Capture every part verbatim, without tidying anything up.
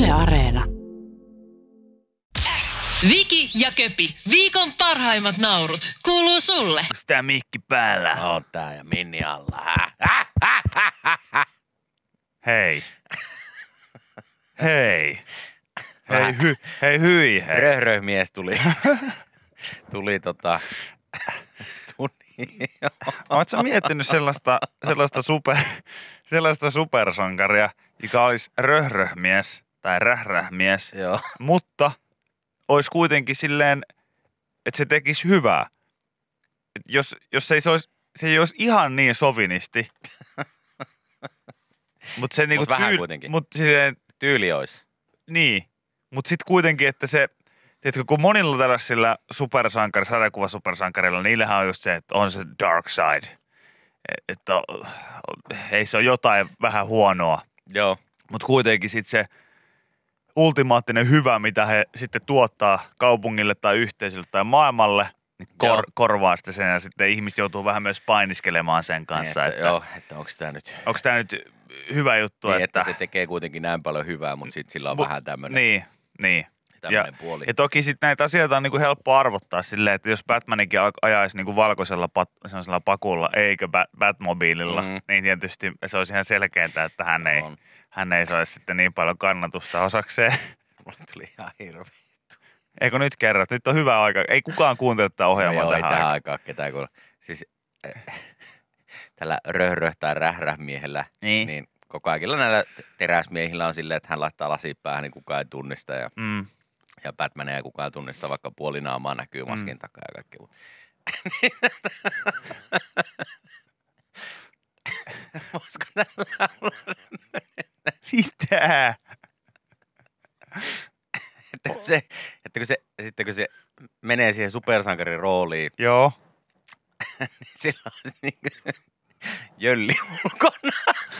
Yle Areena. Viki ja Köpi, viikon parhaimmat naurut, kuuluu sulle. Onks tää mikki päällä? On tää ja Minni alla. Hei. Hei. Hei, hy, hei hyi hei. Röhrömies tuli. tuli tota... Ootko sä miettinyt sellaista, sellaista, super, sellaista supersankaria, joka olisi röhrömies tai rährähmies, Joo. mutta olisi kuitenkin silleen, että se tekisi hyvää. Et jos, jos se, ei se, olisi, se ei olisi ihan niin sovinisti, mutta se niinku Mut vähän tyyl, kuitenkin. Mut silleen, Tyyli olisi. niin, mutta sitten kuitenkin, että se, tiedätkö, kun monilla tällaisilla supersankari, sarjakuva supersankarilla, niillähän on just se, että on se dark side. Että ei se ole jotain vähän huonoa. Joo. Mutta kuitenkin sitten se ultimaattinen hyvä, mitä he sitten tuottaa kaupungille tai yhteisölle tai maailmalle, niin kor- korvaa sitten sen ja sitten ihmiset joutuu vähän myös painiskelemaan sen kanssa. Niin, että, että, joo, että onko tämä nyt... Onko tämä nyt hyvä juttu? Niin, että, että se tekee kuitenkin näin paljon hyvää, mutta sitten sillä on mu- vähän tämmöinen Niin, niin. Ja, puoli. ja toki sitten näitä asioita on niinku helppo arvottaa silleen, että jos Batmanikin ajaisi niinku valkoisella pat, pakulla eikä bat, Batmobiililla, mm. niin tietysti se olisi ihan selkeintä, että hän ei, hän ei saisi sitten niin paljon kannatusta osakseen. Mulle tuli ihan hirveä. Eikö nyt kerrot? Nyt on hyvä aika. Ei kukaan kuuntele tätä ohjelmaa no joo, tähän ei tähän aikaan. aikaan ketään kuule. Siis äh, tällä röhrö- tai rährämiehellä, Niin. niin kaikilla näillä teräsmiehillä on silleen, että hän laittaa lasit päähän, niin kukaan ei tunnista. Ja, Mm. ja Batmania ei kukaan tunnista, vaikka puoli naamaa näkyy maskin mm. takaa ja kaikki. Voisiko tällä olla? Mitä? että, kun se, että kun se, sitten kun se menee siihen supersankarin rooliin, Joo. niin sillä on niin kuin jölli ulkona.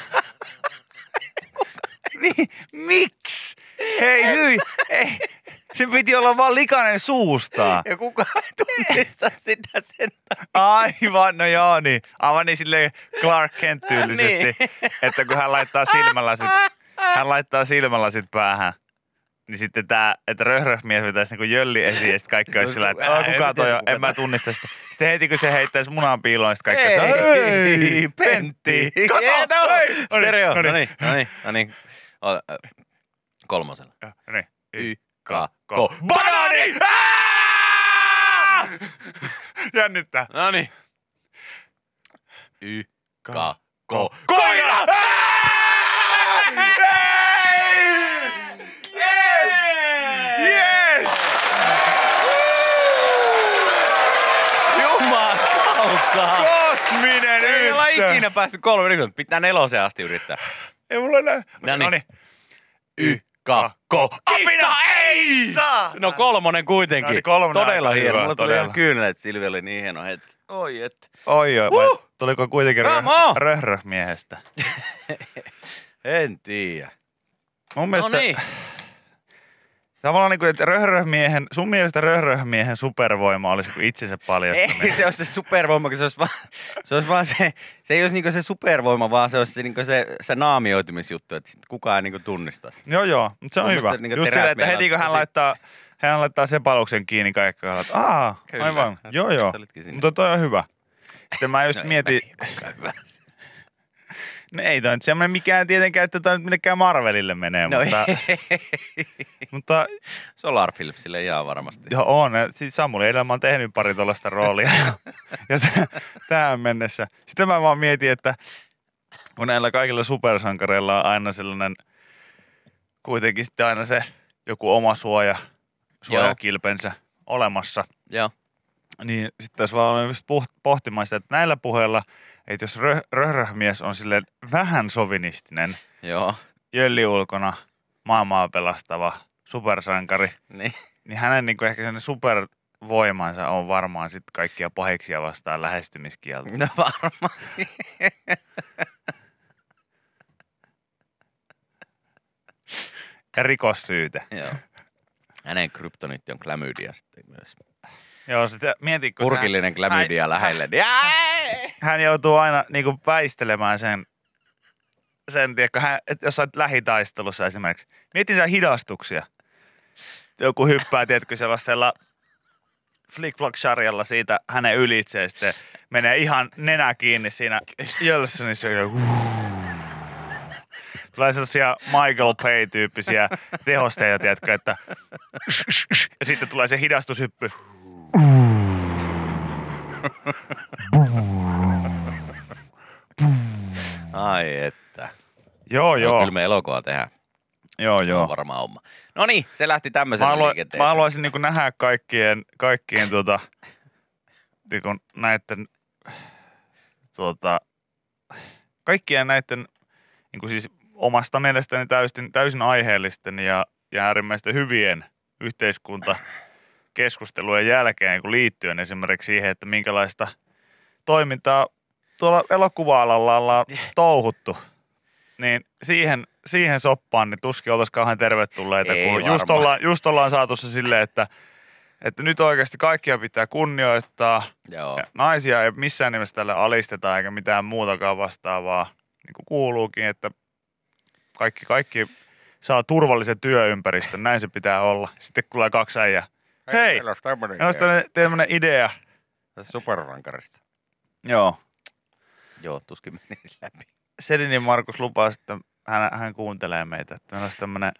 Mi- miksi? Hei, hyi. Ei. Se piti olla vaan likainen suustaan. Ja kukaan ei tunnista sitä sen takia. Aivan, no joo niin. Aivan niin silleen Clark Kent tyylisesti, Niin. että kun hän laittaa silmälasit, hän laittaa silmälasit päähän, niin sitten tää, että röhröhmies vetäisi niinku jölli esiin ja sitten kaikki olisi sillä, että Ää, kuka en toi tiedä, on, kuka en mä tunnista sitä. Sitten heti kun se heittäisi munan piiloon, niin sitten kaikki Ei, olisi, hei, Pentti. Kato, hei. Stereo. No No niin, niin, no niin, no niin. O- ö, Kolmosella. no niin. Y, K, Ko. K. Banaani! Aa! Jännittää. No niin. Y, K, K. Koira! Yes! Jumalauta. Kosminen Ei olla yhtälö. ikinä päästy kolme minuuttia. Pitää neloseen asti yrittää. Ei mulla näy. No niin. Noniin. Y, K, K. Apina ei saa! No kolmonen kuitenkin. No niin, kolmonen Todella aika hieno. hyvä, Mulla tuli todella. ihan kyynelet Silvi oli niin hieno hetki. Oi et. Oi oi, Uh! tuliko kuitenkin Come röh- on! röhrömiehestä? En tiedä. Mun No mielestä niin. tavallaan niin kuin, että röhrömiehen, sun mielestä röhrömiehen supervoima olisi kuin itsensä paljastaminen. Ei se ole se supervoima, kun se olisi vaan se, olisi vaan se, se ei olisi niinku se supervoima, vaan se olisi se, niinku se, se naamioitumisjuttu, että sit kukaan ei niinku tunnistaisi. Joo joo, mutta se on Mun hyvä. mielestä niinku Just silleen, että teräsmiehellä heti kun on hän tosi- laittaa, hän laittaa sen paluksen kiinni kaikki, että aah, Kyllä. aivan, joo joo, Sä olitkin siinä. mutta toi on hyvä. Sitten mä just No, en mietin, mä tiedä, kuinka hyvä se. no ei toi nyt semmoinen mikään tietenkään, että toi nyt minnekään Marvelille menee, No mutta, ei. mutta Solar Philipsille ihan varmasti. joo on. Siis Samuli Edelman on tehnyt pari tuollaista roolia ja t- tähän mennessä. Sitten mä vaan mietin, että kun näillä kaikilla supersankareilla on aina sellainen, kuitenkin sitten aina se joku oma suoja, suojakilpensä olemassa, Joo. niin sitten tässä vaan olen just poht- pohtimaan sitä, että näillä puheilla, että jos rö- röhrömies on silleen vähän sovinistinen, Joo. jölli ulkona, maailmaa pelastava supersankari, Niin. niin hänen niin ehkä sellainen supervoimansa on varmaan sitten kaikkia pahiksia vastaan lähestymiskielto. No varmaan. Ja rikossyyte. Joo. Hänen kryptoniitti on klamydia sitten myös. Joo, sitten mieti, kun Purkillinen klamydia hän- lähelle. Niin, ää! hän joutuu aina niin kuin väistelemään sen, sen tiedätkö, hän, että jos olet lähitaistelussa esimerkiksi. Mietin niitä hidastuksia. Joku hyppää, tiedätkö, sellaisella flick-flock-sarjalla siitä hänen ylitse, sitten menee ihan nenä kiinni siinä jölssä, niin se on tulee sellaisia Michael Bay-tyyppisiä tehosteita, tiedätkö, että ja sitten tulee se hidastushyppy. Ai että. Joo, joo. No, kyllä me elokuva tehdään. Joo, joo. On varmaan homma. No niin, se lähti tämmöisen Mä, haluan, liikenteeseen. mä haluaisin niin kuin nähdä kaikkien, kaikkien tuota, niin kuin näiden, tuota, kaikkien näiden niin kuin siis omasta mielestäni täysin, täysin aiheellisten ja, ja äärimmäisten hyvien yhteiskuntakeskustelujen jälkeen niin kuin liittyen esimerkiksi siihen, että minkälaista toimintaa tuolla elokuva-alalla ollaan touhuttu, niin siihen, siihen soppaan niin tuskin oltaisiin kauhean tervetulleita, Ei kun just ollaan, just ollaan saatu se silleen, että, että nyt oikeasti kaikkia pitää kunnioittaa. Joo. Ja naisia ei missään nimessä tälle alisteta eikä mitään muutakaan vastaavaa, niin kuin kuuluukin, että kaikki, kaikki saa turvallisen työympäristön, näin se pitää olla. Sitten kun tulee kaksi äijää. Hei, meillä olisi tämmöinen idea. Tässä superrankarista. Joo. Joo, tuskin menisi läpi. Selinin Markus lupaa, että hän, hän kuuntelee meitä, että meillä olisi tämmöinen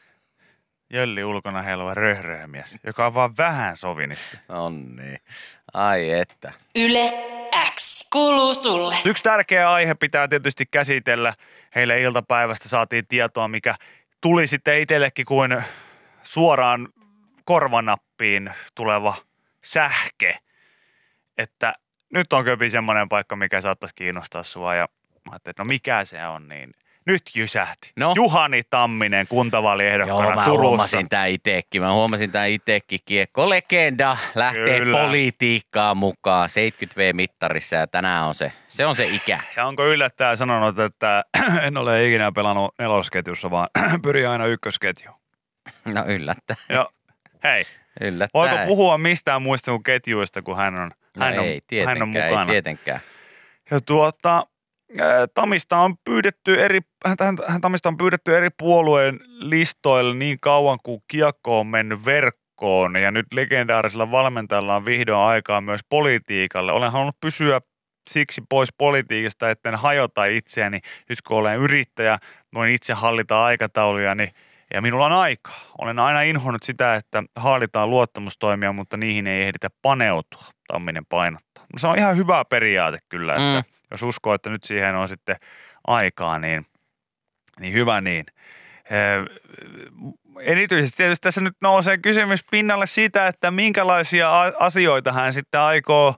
jölli ulkona heiluva röhröhmies, joka on vaan vähän sovinissa. Onni. Ai että. Yle X kuuluu sulle. Yksi tärkeä aihe pitää tietysti käsitellä. Heille iltapäivästä saatiin tietoa, mikä tuli sitten itsellekin kuin suoraan korvanappiin tuleva sähke. Että nyt on köpi semmoinen paikka, mikä saattaisi kiinnostaa sua. Ja mä ajattelin, että no mikä se on, niin nyt jysähti. No. Juhani Tamminen kuntavaaliehdokkaana Joo, mä Turussa. huomasin tää itekin. Mä huomasin tää itekin. Kiekko-legenda lähtee Kyllä. politiikkaan mukaan seitsemänkymmentä vuotta-mittarissa ja tänään on se, se on se ikä. Ja onko yllättäen sanonut, että en ole ikinä pelannut nelosketjussa, vaan pyrin aina ykkösketjuun. No yllättäen. Ja hei, Yllättäen. voiko puhua mistään muista kuin ketjuista, kun hän on, No hän on, ei, hän tietenkään, on mukana. ei tietenkään. Ja tuota, ää, Tamista on pyydetty eri, hän, hän- Tamista on pyydetty eri puolueen listoille niin kauan kuin kiekko on mennyt verkkoon. Ja nyt legendaarisella valmentajalla on vihdoin aikaa myös politiikalle. Olen halunnut pysyä siksi pois politiikasta, etten hajota itseäni. Nyt kun olen yrittäjä, voin itse hallita aikatauluja, ja minulla on aikaa. Olen aina inhonnut sitä, että haalitaan luottamustoimia, mutta niihin ei ehditä paneutua, Tamminen painottaa. No se on ihan hyvä periaate kyllä, että Mm. jos uskoo, että nyt siihen on sitten aikaa, niin, niin hyvä niin. Ee, Erityisesti tietysti tässä nyt nousee kysymys pinnalle siitä, että minkälaisia a- asioita hän sitten aikoo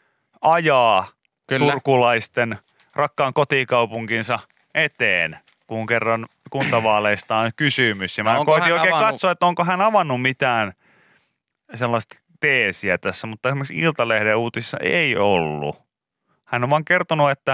ajaa Kyllä. turkulaisten rakkaan kotikaupunkinsa eteen, kun kerran kuntavaaleista on kysymys. Ja No mä onko koitin hän oikein avannut- katsoa, että onko hän avannut mitään sellaista teesiä tässä, mutta esimerkiksi Iltalehden uutisissa ei ollut. Hän on vaan kertonut, että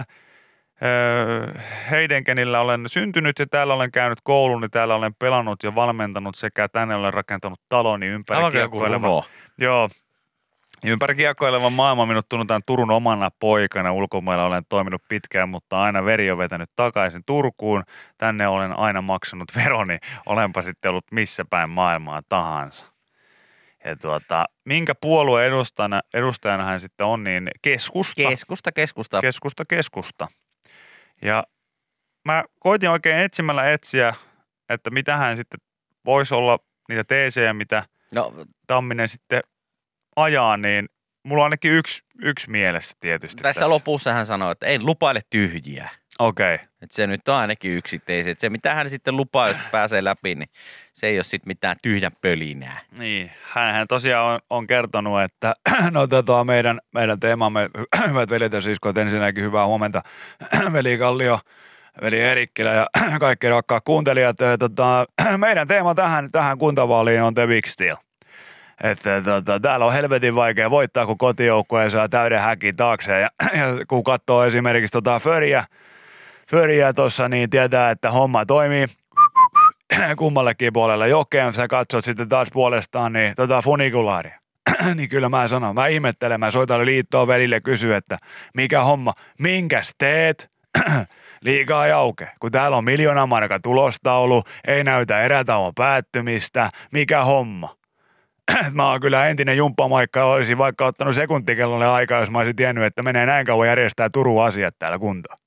öö, Heidenkenillä olen syntynyt ja täällä olen käynyt koulun, niin täällä olen pelannut ja valmentanut sekä tänne olen rakentanut taloni ympäri Aivan joku kiekkoilevan. runo. Joo. Ympäri kiekkoilevan maailman minut tunnetaan Turun omana poikana. Ulkomailla olen toiminut pitkään, mutta aina veri on vetänyt takaisin Turkuun. Tänne olen aina maksanut veroni, olenpa sitten ollut missä päin maailmaa tahansa. Ja tuota, minkä puolueen edustajana, edustajana hän sitten on, niin keskusta. Keskusta, keskusta. Keskusta, keskusta. Ja mä koitin oikein etsimällä etsiä, että mitä hän sitten voisi olla niitä teesejä, mitä No, Tamminen sitten ajaa, niin mulla on ainakin yksi, yksi mielessä tietysti. tässä lopussa hän sanoi, että ei lupaile tyhjiä. Okei. Okay. Että se nyt on ainakin yksi teesi. Että se mitä hän sitten lupaa, jos pääsee läpi, niin se ei ole sitten mitään tyhjän pölinää. Niin, hänhän tosiaan on, on kertonut, että no tota, meidän, meidän teemamme, hyvät veljet ja siskot, ensinnäkin hyvää huomenta, veli Kallio, veli Erikkilä ja kaikki rakkaat kuuntelijat. Tota, meidän teema tähän, tähän kuntavaaliin on The Big Steal. Että tota, täällä on helvetin vaikea voittaa, kun kotijoukkue saa täyden häkin taakse. Ja, ja kun katsoo esimerkiksi tota Föriä, Föriä tuossa, niin tietää, että homma toimii kummallekin puolella jokeen. Sä katsot sitten taas puolestaan niin tota funikulaaria. Niin kyllä mä sanon, mä ihmettelen, mä soitan liittoon velille kysyä, että mikä homma, minkäs teet? Liikaa jauke, kun täällä on miljoona markan tulostaulu, ei näytä erätauon päättymistä, mikä homma. Mä oon kyllä entinen jumppamaikka, olisin vaikka ottanut sekuntikellolle aikaa, jos mä olisin tiennyt, että menee näin kauan järjestää Turun asiat täällä kuntoon.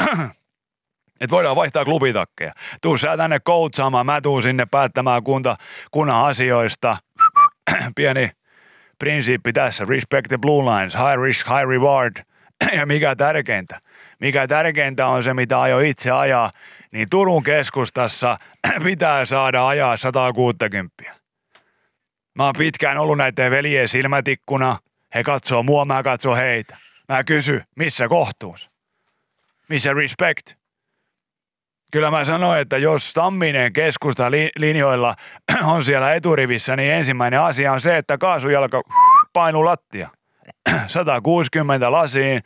Et voidaan vaihtaa klubitakkeja. Tuu sä tänne koutsaamaan, mä tuun sinne päättämään kunta, kunnan asioista. Pieni prinsiippi tässä, respect the blue lines, high risk, high reward. Ja mikä tärkeintä, mikä tärkeintä on se, mitä ajo itse ajaa, niin Turun keskustassa pitää saada ajaa sata kuusikymmentä. Mä oon pitkään ollut näiden veljien silmätikkuna. He katsoo mua, mä katsoo heitä. Mä kysyn, missä kohtuus? Missä respect? Kyllä mä sanoin, että jos Tamminen keskusta li- linjoilla on siellä eturivissä, niin ensimmäinen asia on se, että kaasujalka painuu lattia. sata kuusikymmentä lasiin,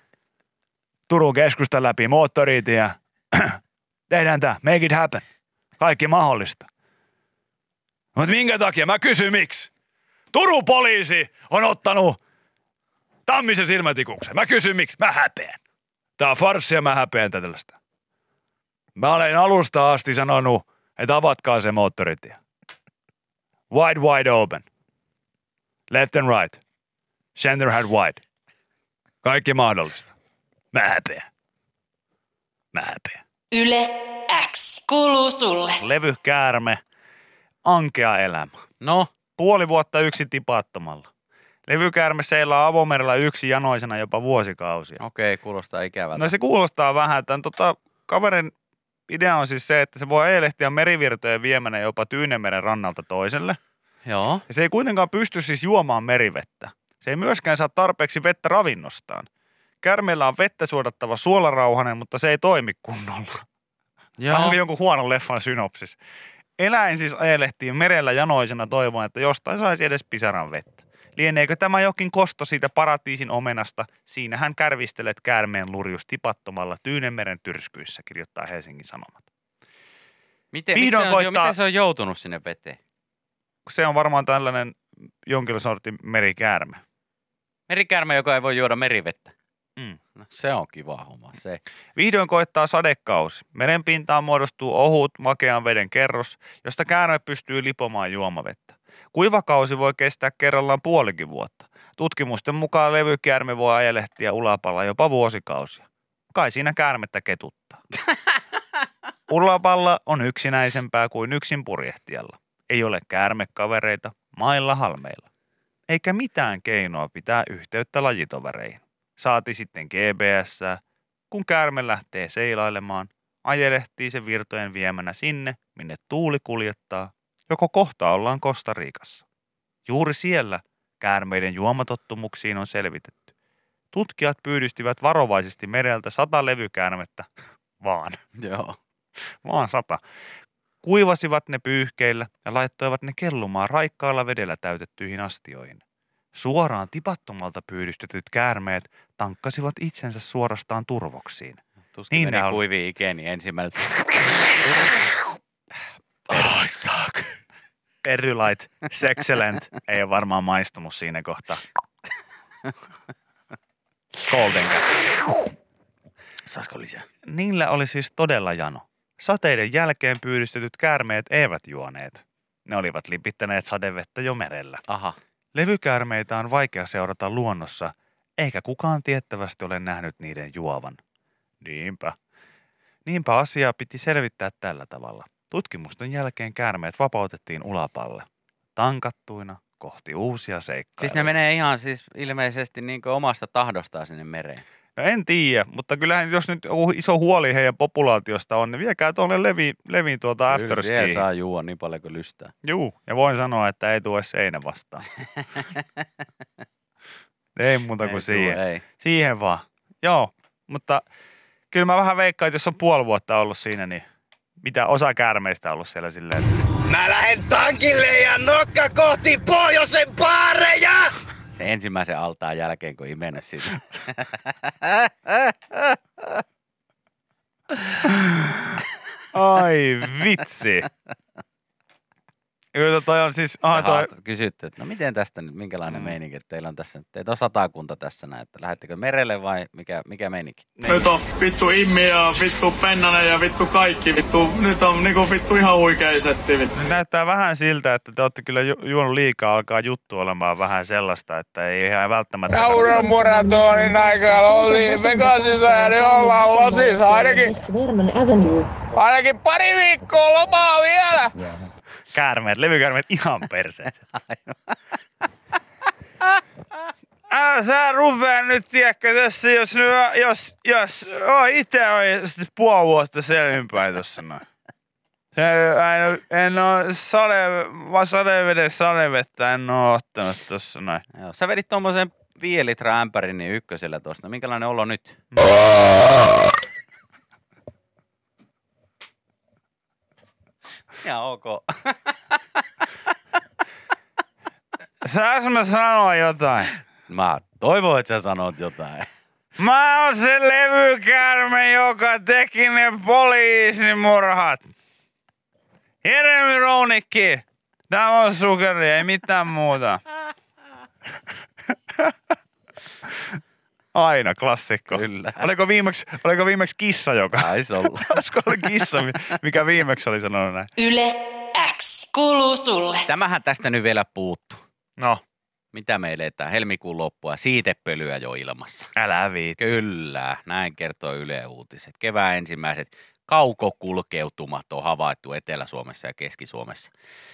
Turun keskusta läpi moottoritie. Tehdään tää, make it happen. Kaikki mahdollista. Mutta minkä takia? Mä kysyn miksi. Turun poliisi on ottanut Tammisen silmätikukseen. Mä kysyn miksi. Mä häpeän. Tää on farssi ja mä häpeän tällaista. Mä olen alusta asti sanonut, että avatkaa se moottoritie. Wide, wide open. Left and right. Center head wide. Kaikki mahdollista. Mä häpeän. Mä häpeän. Yle X kuuluu sulle. Levykäärme. Ankea elämä. No, Puoli vuotta yksin tipattomalla. Levykäärme seilaa avomerellä yksin janoisena jopa vuosikausia. okei, okay, kuulostaa ikävältä. No se kuulostaa vähän. Tämän tota, kaverin idea on siis se, että se voi ajelehtiä merivirtojen viemänä jopa Tyynemeren rannalta toiselle. Joo. Ja se ei kuitenkaan pysty siis juomaan merivettä. Se ei myöskään saa tarpeeksi vettä ravinnostaan. Käärmeellä on vettä suodattava suolarauhanen, mutta se ei toimi kunnolla. Joo. Vähän jonkun huonon leffan synopsis. Eläin siis ajelehtii merellä janoisena toivoen, että jostain saisi edes pisaran vettä. Lieneekö tämä jokin kosto siitä paratiisin omenasta? Siinähän kärvistelet käärmeen lurjus tipattomalla Tyynemeren tyrskyissä, kirjoittaa Helsingin Sanomat. Miten, miten, se on, koittaa... miten se on joutunut sinne veteen? Se on varmaan tällainen jonkin sortin merikäärme. Merikäärme, joka ei voi juoda merivettä. Mm. No, se on kiva homma, se. Vihdoin koittaa sadekausi. Merenpintaan muodostuu ohut, makean veden kerros, josta käärme pystyy lipomaan juomavettä. Kuivakausi voi kestää kerrallaan puolikin vuotta. Tutkimusten mukaan levykäärme voi ajelehtiä ulapalla jopa vuosikausia. Kai siinä käärmettä ketuttaa. Ulapalla on yksinäisempää kuin yksin purjehtijalla. Ei ole käärmekavereita mailla halmeilla. Eikä mitään keinoa pitää yhteyttä lajitovereihin. Saati sitten G P S, kun käärme lähtee seilailemaan, ajelehtii se virtojen viemänä sinne, minne tuuli kuljettaa, joko kohta ollaan Kostariikassa. Juuri siellä käärmeiden juomatottumuksiin on selvitetty. Tutkijat pyydystivät varovaisesti mereltä sata levykäärmettä, vaan, Joo. vaan sata. Kuivasivat ne pyyhkeillä ja laittoivat ne kellumaan raikkaalla vedellä täytettyihin astioihin. Suoraan tipattomalta pyydystetyt käärmeet tankkasivat itsensä suorastaan turvoksiin. Tuskin Niin meni ne oli. kuiviin ikeni ensimmäinen. Ai saak. Perrylite, sexcellent. Ei ole varmaan maistunut siinä kohtaa. Golden Cat. Saisiko lisää? Niillä oli siis todella jano. Sateiden jälkeen pyydystetyt käärmeet eivät juoneet. Ne olivat lipittäneet sadevettä jo merellä. Aha. Levykäärmeitä on vaikea seurata luonnossa, eikä kukaan tiettävästi ole nähnyt niiden juovan. Niinpä. Niinpä asiaa piti selvittää tällä tavalla. Tutkimusten jälkeen käärmeet vapautettiin ulapalle, tankattuina kohti uusia seikkailuja. Siis ne menee ihan siis ilmeisesti niin omasta tahdostaan sinne mereen. No en tiedä, mutta kyllähän jos nyt joku iso huoli heidän populaatiosta on, niin viekää tuonne leviin, leviin tuota Kyllä afterskiin. siellä saa juua niin paljon kuin lystää. Juu, ja voin sanoa, että ei tule seinä vastaan. Ei muuta kuin Ei siihen. tuo, ei. Siihen vaan. Joo, mutta kyllä mä vähän veikkaan, että jos on puoli vuotta ollut siinä, niin mitä osa käärmeistä on ollut siellä silleen, että Mä lähden tankille ja nokka kohti pohjoisen baareja! Se ensimmäisen altaan jälkeen, kun imennyt siitä. ai vitsi. Kyllä toi on siis, aha, toi, Haastat, kysytte, että no miten tästä nyt, minkälainen mm. meininki, että teillä on tässä, teitä on satakunta tässä näin, että lähdettekö merelle vai mikä, mikä meininki? Nyt on vittu Immi ja vittu Pennanen ja vittu kaikki, vittu, nyt on niinku vittu ihan huikea setti. Vittu. näyttää vähän siltä, että te olette kyllä ju- juonut liikaa, alkaa juttu olemaan vähän sellaista, että ei ihan välttämättä... Nauran moratonin aikaan oltiin Vegasissa ja nyt ollaan Losissa ainakin, ainakin pari viikkoa lomaa vielä. Käärmeet, levykäärmeet ihan perseet. Älä sä rupea nyt, tiedätkö, tässä jos, jos, jos oh, itse on puoli vuotta selvinpäin tossa noin. Se, en, en oo sade, vaan sadeveden sadevettä en oo ottanut tossa noin. Joo, sä vedit tommosen viiden litran ämpärin niin ykkösellä tosta. Minkälainen olo nyt? Ihan ok. Saas mä sanoa jotain? Mä toivon, että sä sanot jotain. Mä oon se levykäärme, joka teki ne poliisimurhat. Jeremy Rounikki. Tää on sukeri, ei mitään muuta. Aina klassikko. Kyllä. Oliko viimeksi, oliko viimeksi kissa, joka... Taisi olla. Olisiko ollut kissa, mikä viimeksi oli sanonut näin? Yle X kuuluu sulle. Tämähän tästä nyt vielä puuttu. No, Mitä me eletään? Helmikuun loppua, siitepölyä jo ilmassa. älä viitti. Kyllä, näin kertoo Yle Uutiset. Kevään ensimmäiset kaukokulkeutumat on havaittu Etelä-Suomessa ja Keski-Suomessa.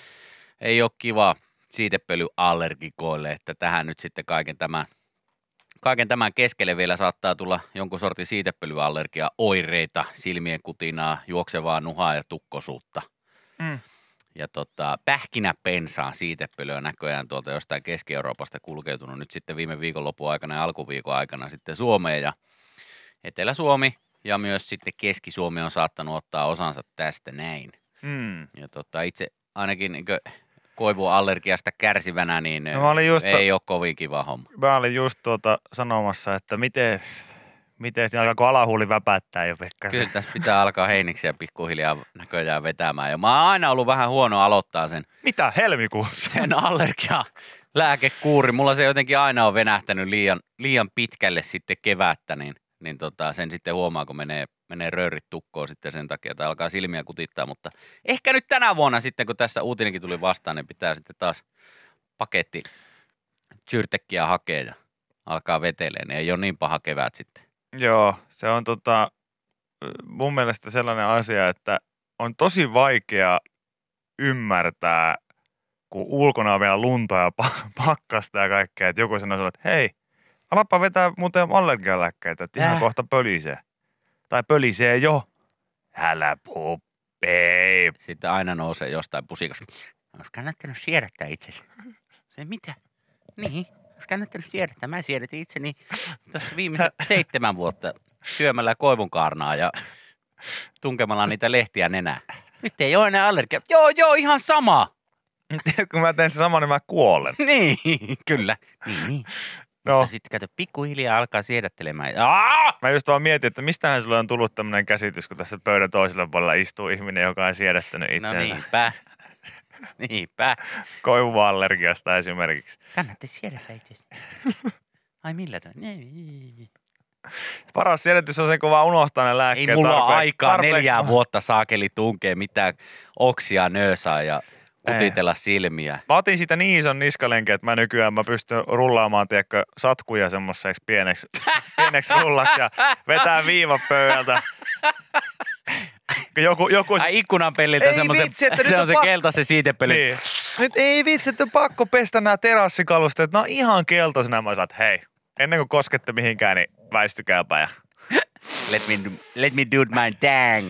Ei ole kiva siitepölyallergikoille, että tähän nyt sitten kaiken tämän, kaiken tämän keskelle vielä saattaa tulla jonkun sortin siitepölyallergia oireita, silmien kutinaa, juoksevaa nuhaa ja tukkosuutta. Mm. Ja tota, pähkinäpensaan siitepölyä näköjään tuolta jostain Keski-Euroopasta kulkeutunut nyt sitten viime viikonlopun aikana ja alkuviikon aikana sitten Suomeen. Ja Etelä-Suomi ja myös sitten Keski-Suomi on saattanut ottaa osansa tästä näin. Mm. Ja tota, itse ainakin niin koivuallergiasta kärsivänä, niin No mä olin just- ei ole kovin kiva homma. Mä olin just tuota sanomassa, että miten, miten alkaako alahuuli väpättää jo Pekkasen. Kyllä tässä pitää alkaa heiniksiä pikkuhiljaa näköjään vetämään. Ja mä oon aina ollut vähän huono aloittaa sen, Mitä helmikuussa? sen allergia lääkekuuri. Mulla se jotenkin aina on venähtänyt liian, liian pitkälle sitten kevättä, niin, niin tota, sen sitten huomaa, kun menee, menee röörit tukkoon sitten sen takia, että alkaa silmiä kutittaa. Mutta ehkä nyt tänä vuonna sitten, kun tässä uutinenkin tuli vastaan, niin pitää sitten taas paketti Zyrtekkiä hakea ja alkaa veteleen. Ei ole niin paha kevät sitten. Joo, se on tota, mun mielestä sellainen asia, että on tosi vaikea ymmärtää, kun ulkona on vielä lunta ja pa- pakkasta ja kaikkea, että joku sanoo, että hei, alappa vetää muuten allergialääkkeitä, että ihan Äh. kohta pölisee. Tai pölisee jo. Älä puhu, babe. Sitten aina nousee jostain pusikasta. Olisi kannattanut siedättää itsesi. Se mitä? Niin, olisi kannattanut siedättää. Mä siedätin itseni tuossa viimeiset seitsemän vuotta syömällä koivunkaarnaa ja tunkemalla niitä lehtiä nenää. Nyt ei ole enää allergia. Joo, joo, ihan sama. Kun mä teen se sama, niin mä kuolen. Niin, kyllä. Niin, niin. No, Ja sitten kato, pikkuhiljaa alkaa siedättelemään. Aa! mä just vaan mietin, että mistähän sulle on tullut tämmöinen käsitys, kun tässä pöydän toisella puolella istuu ihminen, joka on siedättänyt No itseensä. niinpä. Niinpä. Koivuallergiasta esimerkiksi. Kannattaa siedättää itsesi. Ai millä tavalla? Niin. Paras siedätys on se, kun vaan unohtaa ne lääkkeet. Ei mulla ole tarpeeksi- aikaa tarpeeksi- neljää vuotta saakeli tunkee mitään oksia nöösaa ja kutitella silmiä. Mä otin siitä niin ison niskalenkin, että mä nykyään mä pystyn rullaamaan, tiedätkö, satkuja semmoiseksi pieneksi, pieneksi rullaksi ja vetää viiva pöydältä. Kun Joku, joku... Ai ikkunan pelliltä Ei semmoisen, vitsi, että nyt se on on se pak- keltaisen siitepeli. Niin. Nyt ei vitsi, että on pakko pestä nämä terassikalusteet. Nämä on ihan keltaisena. Mä sanoin, että hei, ennen kuin koskette mihinkään, niin väistykääpä. Ja... Let me, do, let me do my dang.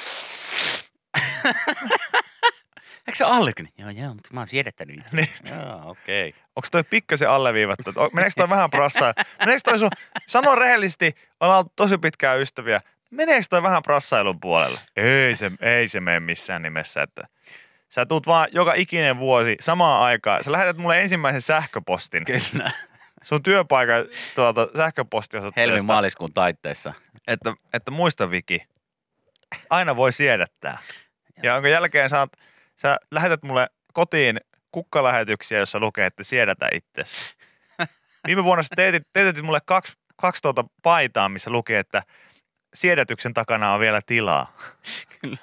Eikö se ole allerginen? Joo, joo, mutta mä oon siedättänyt. Niin. Joo, okei. Okay. Onko toi pikkasen alleviivattu? O- Meneekö toi vähän prassaa? Meneekö toi sun, sano rehellisesti, on ollut tosi pitkää ystäviä. Meneekö toi vähän prassailun puolelle? Ei se, ei se mene missään nimessä. Että sä tuut vaan joka ikinen vuosi samaan aikaan. Sä lähetät mulle ensimmäisen sähköpostin. Kyllä. Sun työpaikan tuolta sähköpostiosoitteesta. Helmi-maaliskuun taitteessa. Että, että muista Viki, aina voi siedättää. Ja jonka jälkeen sä, oot, sä lähetät mulle kotiin kukkalähetyksiä, jossa lukee, että siedätä itsesi. Viime vuonna sä teetit, teetit mulle kaksi, kaksi tuota paitaa, missä lukee, että siedätyksen takana on vielä tilaa. Kyllä.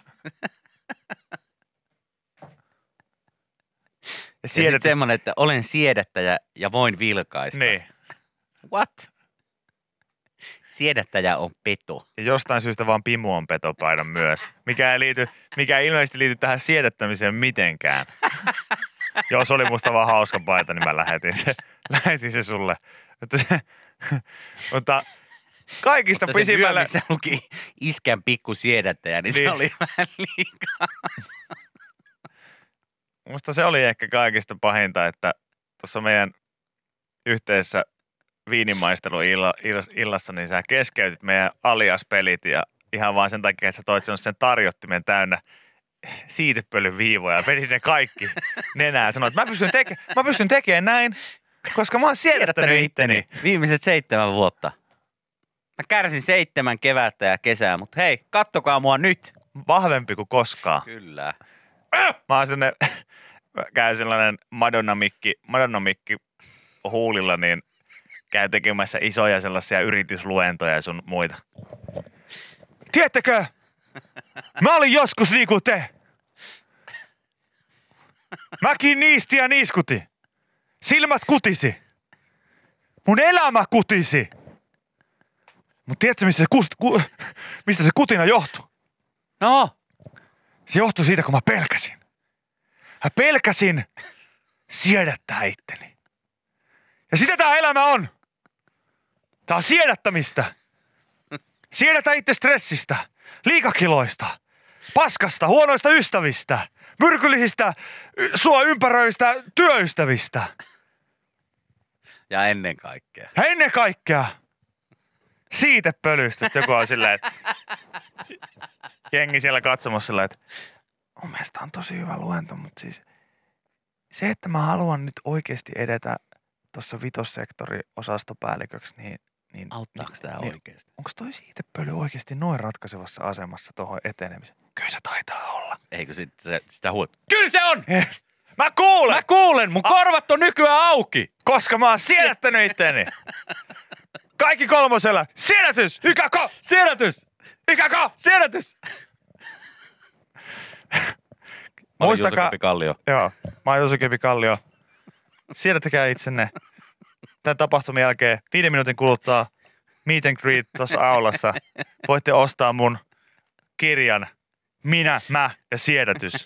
Ja Ja sitten siedätys... semmoinen, että olen siedättäjä ja voin vilkaista. Niin. What? Siedättäjä on peto. Ja jostain syystä vaan Pimu on petopaidan myös, mikä ei, liity, mikä ei ilmeisesti liity tähän siedättämiseen mitenkään. Jos oli musta vaan hauska paita, niin mä lähetin se, lähetin se sulle. Mutta, se, mutta kaikista Mutta se vyö, pisimmällä... missä luki iskän pikku siedättäjä, niin, niin. Niin. se oli vähän liikaa. Musta se oli ehkä kaikista pahinta, että tuossa meidän yhteisessä viinimaisteluillassa, niin sä keskeytit meidän aliaspelit ja ihan vaan sen takia, että sä toit sen tarjottimen täynnä siitepölyn viivoja ja vedit ne kaikki nenään. Sanoit, että mä pystyn, teke- mä pystyn tekemään näin, koska mä oon siedättänyt itteni. Viimeiset seitsemän vuotta. Mä kärsin seitsemän kevättä ja kesää, mutta hei, kattokaa mua nyt. Vahvempi kuin koskaan. Kyllä. Mä oon sellainen, käy sellainen Madonna-mikki, Madonna-mikki huulilla, niin käy tekemässä isoja sellaisia yritysluentoja ja sun muita. Tiedättekö, mä olin joskus niin kuin te. Mäkin niisti ja niiskuti. Silmät kutisi. Mun elämä kutisi. Mut tiedätkö, mistä se, kust, ku, mistä se kutina johtui? No, Se johtui siitä, kun mä pelkäsin. Mä pelkäsin siedättää itteni. Ja sitä tää elämä on. Tää on siedättämistä. Siedätä itse stressistä, liikakiloista, paskasta, huonoista ystävistä, myrkyllisistä, y- sua ympäröivistä työystävistä. ja ennen kaikkea. Ja ennen kaikkea siitepölystä. Sitten joku on silleen, että jengi siellä katsomassa silleen, että mun mielestä on tosi hyvä luento, mutta siis se, että mä haluan nyt oikeasti edetä tuossa vitossektorin osastopäälliköksi, niin, niin Auttaako niin, tää niin, oikeesti? onko toi siitepöly oikeasti noin ratkaisevassa asemassa tuohon etenemiseen? Kyllä se taitaa olla. Eikö sit se, sitä huot? Kyllä se on! Mä kuulen! Mä kuulen, mun korvat on nykyään auki. Koska mä oon siedättänyt itteni. Kaikki kolmosella. Siedätys! Ykäko! Siedätys! Ykäko! Siedätys! Mä olin Muistakaa- Juuso Kallio. Joo, mä oon Juuso Kallio. Siedättäkää itsenne. Tämän tapahtuman jälkeen viiden minuutin kuluttua meet and greet tuossa aulassa. Voitte ostaa mun kirjan Minä, mä ja siedätys.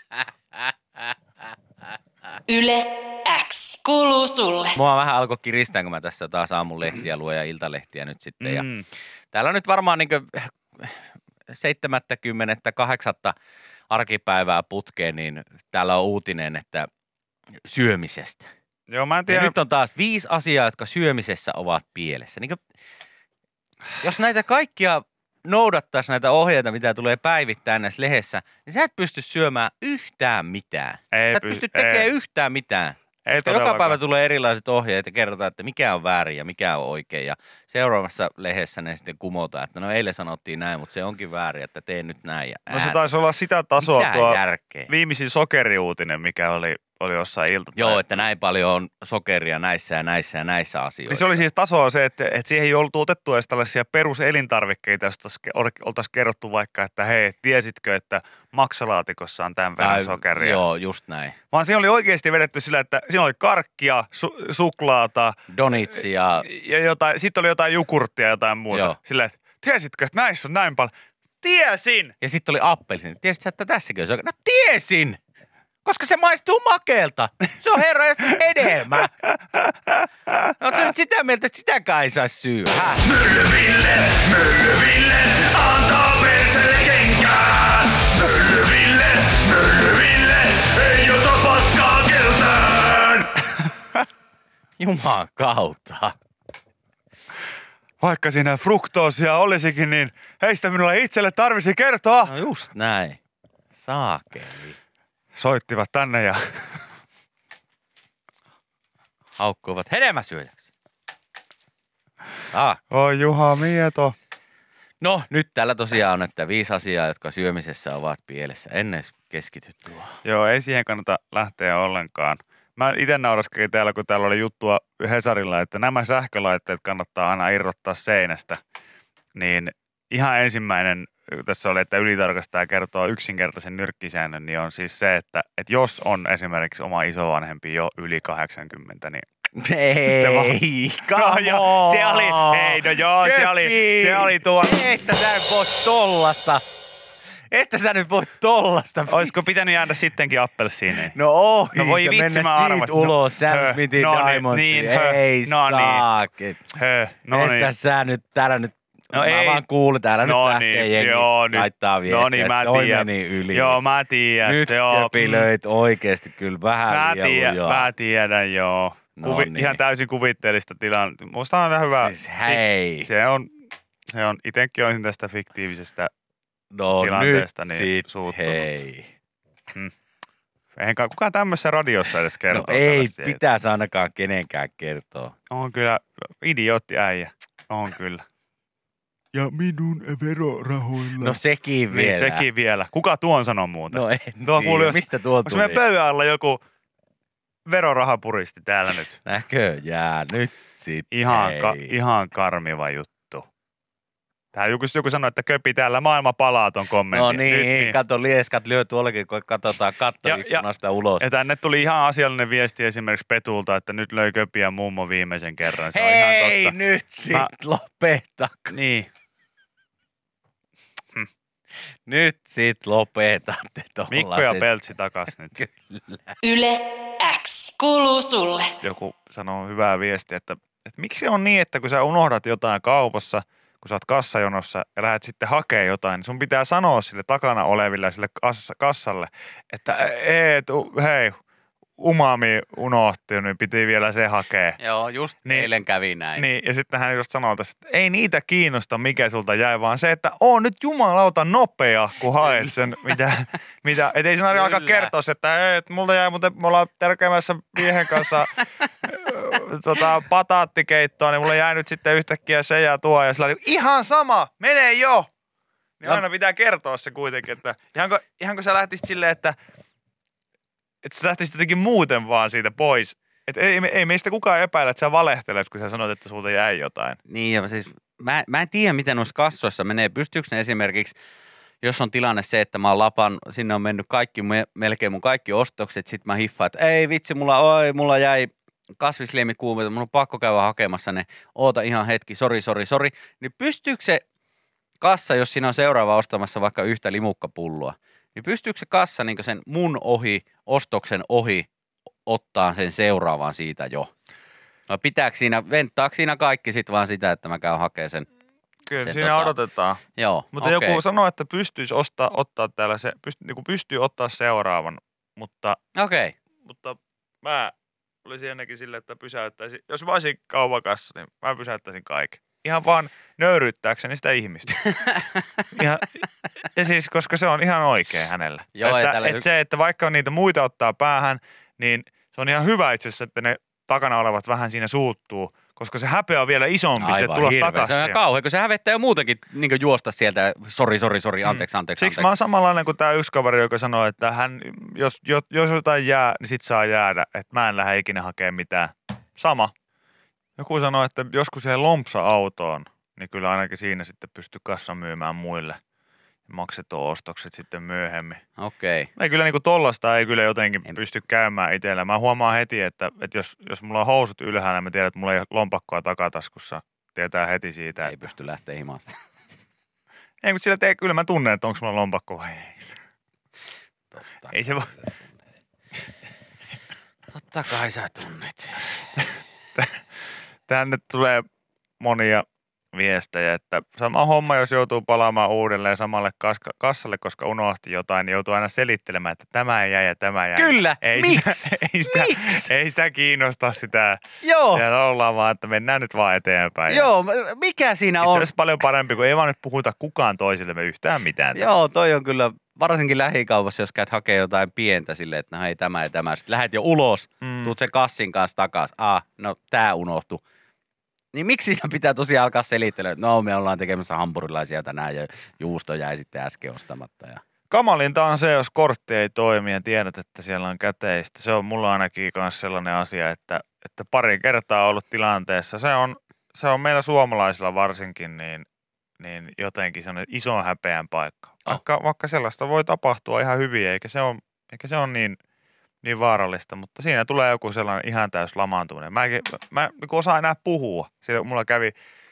Yle X kuuluu sulle. Mua vähän alkoi kiristää, kun mä tässä taas aamun lehtiä luen ja iltalehtiä nyt sitten. Ja Mm. täällä on nyt varmaan niin seitsemänkymmentäkahdeksan arkipäivää putkeen, niin täällä on uutinen, että syömisestä. Joo, mä en Ja tiedä. nyt on taas viisi asiaa, jotka syömisessä ovat pielessä. Niin kuin, jos näitä kaikkia noudattaisi näitä ohjeita, mitä tulee päivittäin näissä lehdessä, niin sä et pysty syömään yhtään mitään. Ei sä et pysty- pysty tekemään ei. yhtään mitään. Ei Koska joka todellakaan. päivä tulee erilaiset ohjeet ja kerrotaan, että mikä on väärin ja mikä on oikein. Ja seuraavassa lehdessä ne sitten kumotaan, että no eilen sanottiin näin, mutta se onkin väärin, että tee nyt näin. Ja No se ää, taisi olla sitä tasoa mitä tuo järkeä? viimeisin sokeriuutinen, mikä oli, oli jossain ilta. Joo, että näin paljon on sokeria näissä ja näissä ja näissä asioissa. Niin se oli siis tasoa se, että, että siihen ei oltu otettu edes tällaisia peruselintarvikkeita, josta oltaisiin kerrottu vaikka, että hei, tiesitkö, että maksalaatikossa on tämän verran Tai- sokeria. Joo, just näin. Vaan siinä oli oikeasti vedetty sillä, että siinä oli karkkia, su- suklaata Donitsi ja ja jotain, sitten oli jotain jukurttia ja jotain muuta. Joo. Sillä, että tiesitkö, että näissä on näin paljon? Tiesin! Ja sitten oli appelsiini. Tiesitkö sä, että tässäkin on sokeria? No tiesin! Koska se maistuu makeelta. Se on herra jästäs hedelmä. Oletko sä nyt sitä mieltä, että sitäkään ei saisi syödä? Häh? Myllyville, Myllyville, antaa perselle kenkään. Myllyville, Myllyville, ei ota paskaa keltään. Juman kautta. Vaikka siinä fruktoosia olisikin, niin heistä minulle itselle tarvisi kertoa. No just näin. Saakeli. Soittivat tänne ja Haukkuivat hedelmäsyöjäksi. Ah, oi Juha Mieto. No, nyt täällä tosiaan on, että viisi asiaa, jotka syömisessä ovat pielessä. En edes keskity tuohon. Joo, ei siihen kannata lähteä ollenkaan. Mä itse nauraskelin täällä, kun täällä oli juttua Hesarilla, että nämä sähkölaitteet kannattaa aina irrottaa seinästä. Niin ihan ensimmäinen tässä oli, että ylitarkastaja kertoo yksinkertaisen nyrkkisäännön, niin on siis se, että, että jos on esimerkiksi oma isovanhempi jo yli kahdeksankymmentä, niin Ei, no, joo, se oli, ei, no joo, Köpi. se oli, se oli tuo. Että sä nyt voit tollasta. Että sä nyt voit tollasta. Olisiko pitänyt jäädä sittenkin appelsiiniin? No ohi, No voi se vitsi, mennä mä siitä arvasin. ulos No, Sam hö, Smithin no niin, Diamondsiin. niin, hö, Ei no niin. saake. Hö, no Että niin. sä nyt, täällä nyt, No mä ei. vaan kuulin, täällä No nyt lähtee niin, jengi joo, nyt. laittaa viestiä, No niin, mä että toi tiedän. meni yli. Joo, mä tiedän. Nyt joo. köpilöit oikeesti kyllä vähän Mä liian tiedän, lujaa. mä tiedän, joo. No Kuvi, niin. Ihan täysin kuvitteellista tilannetta. Musta on hyvä. Siis hei. Se on, se on, itekin olisin tästä fiktiivisestä. No tilanteesta, nyt niin sit suuttunut. hei. Eihän kai kukaan tämmöisessä radiossa edes No kertoo. ei tällaisia. pitäisi ainakaan kenenkään kertoa. On kyllä idiootti äijä. On kyllä. Ja minun verorahoilla. No sekin vielä. Niin, sekin vielä. Kuka tuon sanoo muuta? No en Tuo kuului tiedä, jos- mistä tuo Onko tuli? meidän pöydän alla joku verorahapuristi täällä nyt? Näköjään, nyt sit Ihan, hei. ka, ihan karmiva juttu. Tää joku, joku sanoi, että köpi täällä maailma palaa ton kommentin. No niin, Nyt niin. kato lieskat lyö tuollakin, kun katsotaan kattoikkunasta ulos. Ja tänne tuli ihan asiallinen viesti esimerkiksi Petulta, että nyt löi köpiä mummo viimeisen kerran. Se on Hei, ihan totta. nyt sit Mä- lopeta. Niin. Nyt sit lopetatte tollaset. Mikko ja Peltsi takas nyt. Yle X kuuluu sulle. Joku sanoo hyvää viestiä, että, että miksi on niin, että kun sä unohdat jotain kaupassa, kun sä oot kassajonossa ja lähdet sitten hakemaan jotain, niin sun pitää sanoa sille takana oleville sille kassa, kassalle, että et, hei, umami unohti, niin piti vielä se hakea. Joo, just Niin. eilen kävi näin. Niin, ja sitten hän just sanoo tässä, että ei niitä kiinnosta, mikä sulta jäi, vaan se, että on nyt jumalauta nopea, kun haet sen, mitä, mitä et ei sen tarvitse alkaa Kyllä. kertoa, että ei, että multa jäi, muuten me ollaan tärkeämässä miehen kanssa tota, pataattikeittoa, niin mulla jäi nyt sitten yhtäkkiä se ja tuo, ja sillä oli, ihan sama, mene jo! Niin No. aina pitää kertoa se kuitenkin, että ihanko, ihanko sä lähtisit silleen, että, että sä lähtisit jotenkin muuten vaan siitä pois. Että ei, ei meistä kukaan epäile, että sä valehtelet, kun sä sanoit, että sulta jäi jotain. Niin, ja siis mä, mä en tiedä, miten noissa kassoissa menee. Pystyykö ne esimerkiksi, jos on tilanne se, että mä oon lapan, sinne on mennyt kaikki, me- melkein mun kaikki ostokset, sit mä hiffaan, että ei vitsi, mulla, oi, mulla jäi kasvisliemikuumeita, mun on pakko käydä hakemassa ne, oota ihan hetki, sori, sori, sori. Niin pystyykö se kassa, jos siinä on seuraava ostamassa vaikka yhtä limukkapulloa, niin pystyykö se kassa niin sen mun ohi, ostoksen ohi, ottaa sen seuraavan siitä jo? No pitääkö siinä, venttaako siinä kaikki sitten vaan sitä, että mä käyn hakemaan sen? Kyllä Se siinä tota- odotetaan. Joo, Mutta okei. joku sanoi, että pystyisi ostaa, ottaa täällä se, pyst, niin pystyy ottaa seuraavan, mutta, Okei. mutta mä olisin ennenkin silleen, että pysäyttäisin, jos mä olisin kaupakassa, niin mä pysäyttäisin kaiken. Ihan vaan nöyryyttääkseni sitä ihmistä. Ihan, ja siis, koska se on ihan oikein hänellä. Joo, ja että, tällä että y- se, että vaikka niitä muita ottaa päähän, niin se on ihan hyvä itse asiassa, että ne takana olevat vähän siinä suuttuu, koska se häpeä on vielä isompi, se Aivan tulla hirveä. takaisin. Se on ihan kauhean, kun se hävettää jo muutenkin niin juosta sieltä, sori, sori, sori, anteeksi, anteeksi, Siksi anteeksi. mä oon samanlainen kuin tämä yksi kaveri, joka sanoo, että hän, jos, jos, jos jotain jää, niin sit saa jäädä. Että mä en lähde ikinä hakemaan mitään. Sama. Joku sanoo, että joskus siihen lompsa autoon, niin kyllä ainakin siinä sitten pystyy kassan myymään muille. Maksettu ostokset sitten myöhemmin. Okei. Ei kyllä niinku tollasta ei kyllä jotenkin En- pysty käymään itsellä. Mä huomaan heti, että, että jos, jos mulla on housut ylhäällä, mä tiedän, että mulla ei ole lompakkoa takataskussa. Tietää heti siitä, Ei että pysty lähteä himaan. ei, mutta sillä tee, kyllä mä tunnen, että onko mulla lompakko vai ei. Totta, Ei se voi. totta kai sä tunnet. Tänne tulee monia viestejä, että sama homma, jos joutuu palaamaan uudelleen samalle kaska- kassalle, koska unohti jotain, niin joutuu aina selittelemään, että tämä jäi ja tämä jäi. Kyllä, ei miksi? Sitä, ei, sitä, Miksi? ei sitä kiinnosta sitä. Joo, Siellä ollaan vaan, että mennään nyt vaan eteenpäin. joo, mikä siinä Itse on? asiassa paljon parempi, kun ei vaan nyt puhuta kukaan toisillemme yhtään mitään tässä. Joo, toi on kyllä, varsinkin lähikaupassa, jos käyt hakemaan jotain pientä silleen, että no hei tämä ja tämä. Sitten lähdet jo ulos, Mm. tuut sen kassin kanssa takas. Ah, no tää unohtu. Niin miksi siinä pitää tosiaan alkaa selitellä, että no me ollaan tekemässä hampurilaisia tänään ja juusto jäi sitten äsken ostamatta. Ja... Kamalinta on se, jos kortti ei toimi ja tiedät, että siellä on käteistä. Se on mulla ainakin myös sellainen asia, että, että pari kertaa ollut tilanteessa. Se on, se on meillä suomalaisilla varsinkin niin, niin jotenkin se on iso häpeän paikka. Vaikka, oh. vaikka sellaista voi tapahtua ihan hyvin, eikä se ole, eikä se ole niin, niin vaarallista, mutta siinä tulee joku sellainen ihan täys lamaantuminen. Mä, mä en osaa enää puhua. Siellä mulla kävi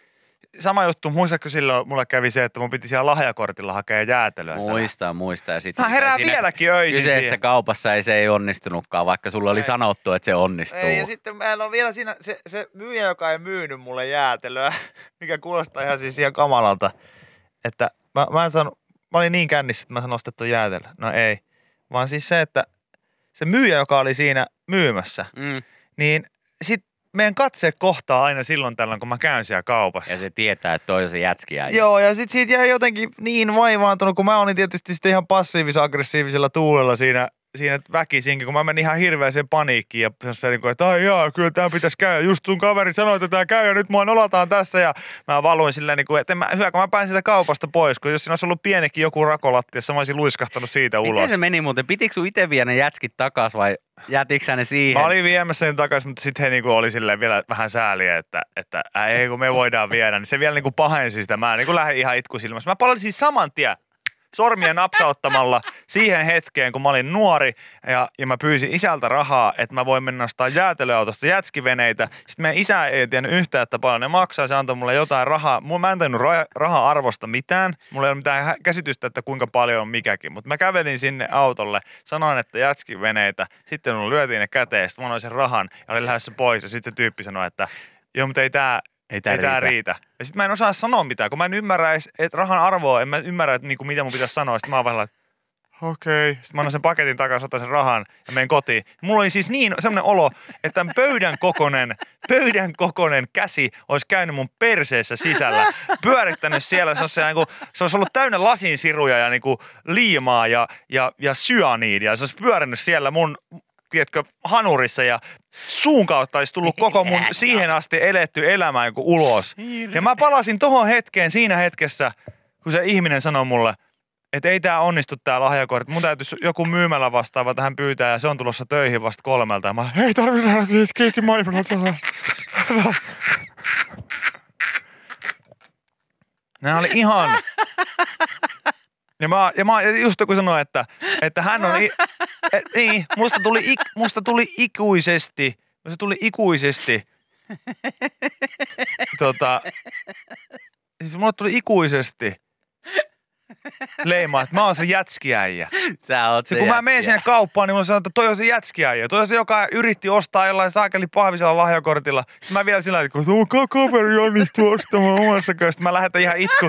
sama juttu, muistatko silloin mulla kävi se, että mun piti siellä lahjakortilla hakea jäätelöä. Muistaa, muistaa. Ja sitten mä herään vieläkin öisin kyseessä siihen. kaupassa ei se ei onnistunutkaan, vaikka sulla oli ei. sanottu, että se onnistuu. Ei, ja sitten meillä on vielä siinä se, se myyjä, joka ei myynyt mulle jäätelöä, mikä kuulostaa ihan siis ihan kamalalta, että mä, mä en saanut, mä olin niin kännissä, että mä sanoin ostettu jäätelö. No ei, vaan siis se, että se myyjä, joka oli siinä myymässä, mm. niin sit meidän katse kohtaa aina silloin tällöin, kun mä käyn siellä kaupassa. Ja se tietää, että toi on se jätskiä. Joo, ja sit siitä jäi jotenkin niin vaivaantunut, kun mä olin tietysti sitten ihan passiivis-aggressiivisella tuulella siinä, siinä väkisinkin, kun mä menin ihan hirveäseen paniikkiin ja se niin kuin, että ai jaa, kyllä tää pitäisi käydä. Just sun kaveri sanoi, että tää käy ja nyt mua nolataan tässä ja mä valuin silleen, niin kuin, että mä, hyvä, kun mä pääsin sitä kaupasta pois, kun jos siinä olisi ollut pienikin joku rakolattiassa, mä olisin luiskahtanut siitä ulos. Miten se meni muuten? Pitikö sun itse viedä ne jätskit takas vai jätitkö ne siihen? Mä olin viemässä sen takaisin, mutta sitten he niinku oli silleen vielä vähän sääliä, että, että ää, ei kun me voidaan viedä, niin se vielä niinku pahensi sitä. Mä niinku lähdin ihan itkusilmässä. Mä palasin saman tien sormien napsauttamalla siihen hetkeen, kun mä olin nuori ja, ja mä pyysin isältä rahaa, että mä voin mennä ostaa jäätelöautosta jätskiveneitä. Sitten meidän isä ei tiennyt yhtään, että paljon ne maksaa. Se antoi mulle jotain rahaa. Mä en tainnut raha-arvosta mitään. Mulla ei ole mitään käsitystä, että kuinka paljon on mikäkin. Mutta mä kävelin sinne autolle, sanoin, että jätskiveneitä. Sitten mulla lyötiin ne käteen. Sitten mä annoin sen rahan ja olin lähdössä pois. Ja sitten tyyppi sanoi, että joo, mutta ei tää... Ei tää, ei riitä. tää riitä. Ja sit mä en osaa sanoa mitään, kun mä en ymmärrä edes, että rahan arvoa, en mä ymmärrä, että niinku, mitä mun pitäisi sanoa. Sitten mä oon vähän että okei. Okay. Sitten mä annan sen paketin takaisin, otan sen rahan ja menen kotiin. Mulla oli siis niin semmoinen olo, että tämän pöydän kokoinen, pöydän kokoinen käsi olisi käynyt mun perseessä sisällä. Pyörittänyt siellä, se olisi, niinku, se olisi ollut täynnä lasinsiruja ja niinku, liimaa ja, ja, ja syaniidia. Se olisi pyörinyt siellä mun... tiedätkö, hanurissa ja suun kautta olisi tullut koko mun siihen asti eletty elämä joku ulos. Ja mä palasin tohon hetkeen siinä hetkessä, kun se ihminen sanoi mulle, että ei tää onnistu tää lahjakortti. Mun täytyisi joku myymällä vastaava tähän pyytää ja se on tulossa töihin vasta kolmelta. Ja mä ei tarvitse, kiitti, kiitti maailmanat. Nämä oli ihan... Ja mä, ja mä just joku sanoi, että, että hän on, et, niin, musta tuli, ik, musta tuli ikuisesti, musta tuli ikuisesti, tota, siis mulle tuli ikuisesti leimaa, että mä oon se jätskiäijä. Sä oot se, se kun mä menen sinne kauppaan, niin mulla sanoo, että toi on se jätskiäijä. Toi on se, joka yritti ostaa jollain saakeli pahvisella lahjakortilla. Sitten mä vielä sillä tavalla, että mun kaveri onnistuu ostamaan omassa kanssa. Sitten mä lähetän ihan itku.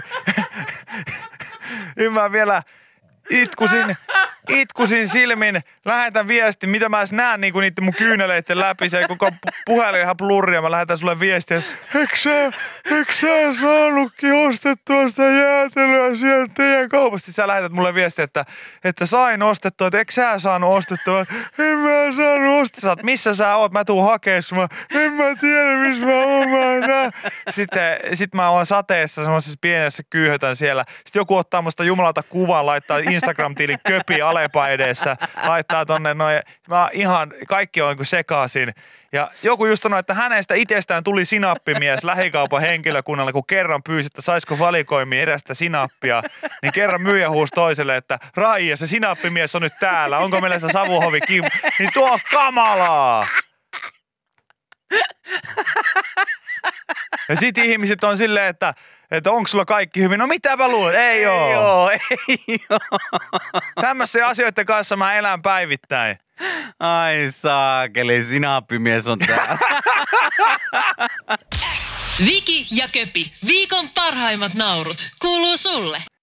Ja mä vielä itkusin, itkusin silmin, lähetän viesti, mitä mä edes näen niin kuin niiden mun kyyneleiden läpi. Se koko puhelin ihan blurri ja mä lähetän sulle viestiä, että eikö sä, eikö sä saanutkin ostettua sitä jäätelöä sieltä teidän kaupasta? Sä lähetät mulle viestiä, että, että sain ostettua, että eikö sä saanut ostettua? En mä saanut ostettua. Sä, missä sä oot? Mä tuun hakemaan sua. En mä tiedä, missä mä oon. Mä Sitten sit mä oon sateessa semmoisessa pienessä kyyhötän siellä. Sitten joku ottaa musta jumalalta kuvan, laittaa Instagram-tilin köpi Alepa edessä, laittaa tonne noin. Mä ihan, kaikki on niin kuin sekaisin. Ja joku just sanoi, että hänestä itsestään tuli sinappimies lähikaupan henkilökunnalle, kun kerran pyysi, että saisiko valikoimia erästä sinappia. Niin kerran myyjä huusi toiselle, että Raija, se sinappimies on nyt täällä. Onko meillä se savuhovi Kim? Niin tuo on kamalaa! Ja sit ihmiset on silleen, että, että onko sulla kaikki hyvin? No mitäpä luulet? Ei, ei oo. Joo, ei oo. Tämmöisiä asioiden kanssa mä elän päivittäin. Ai saakeli, sinappimies on täällä. Viki ja Köpi, viikon parhaimmat naurut, kuuluu sulle.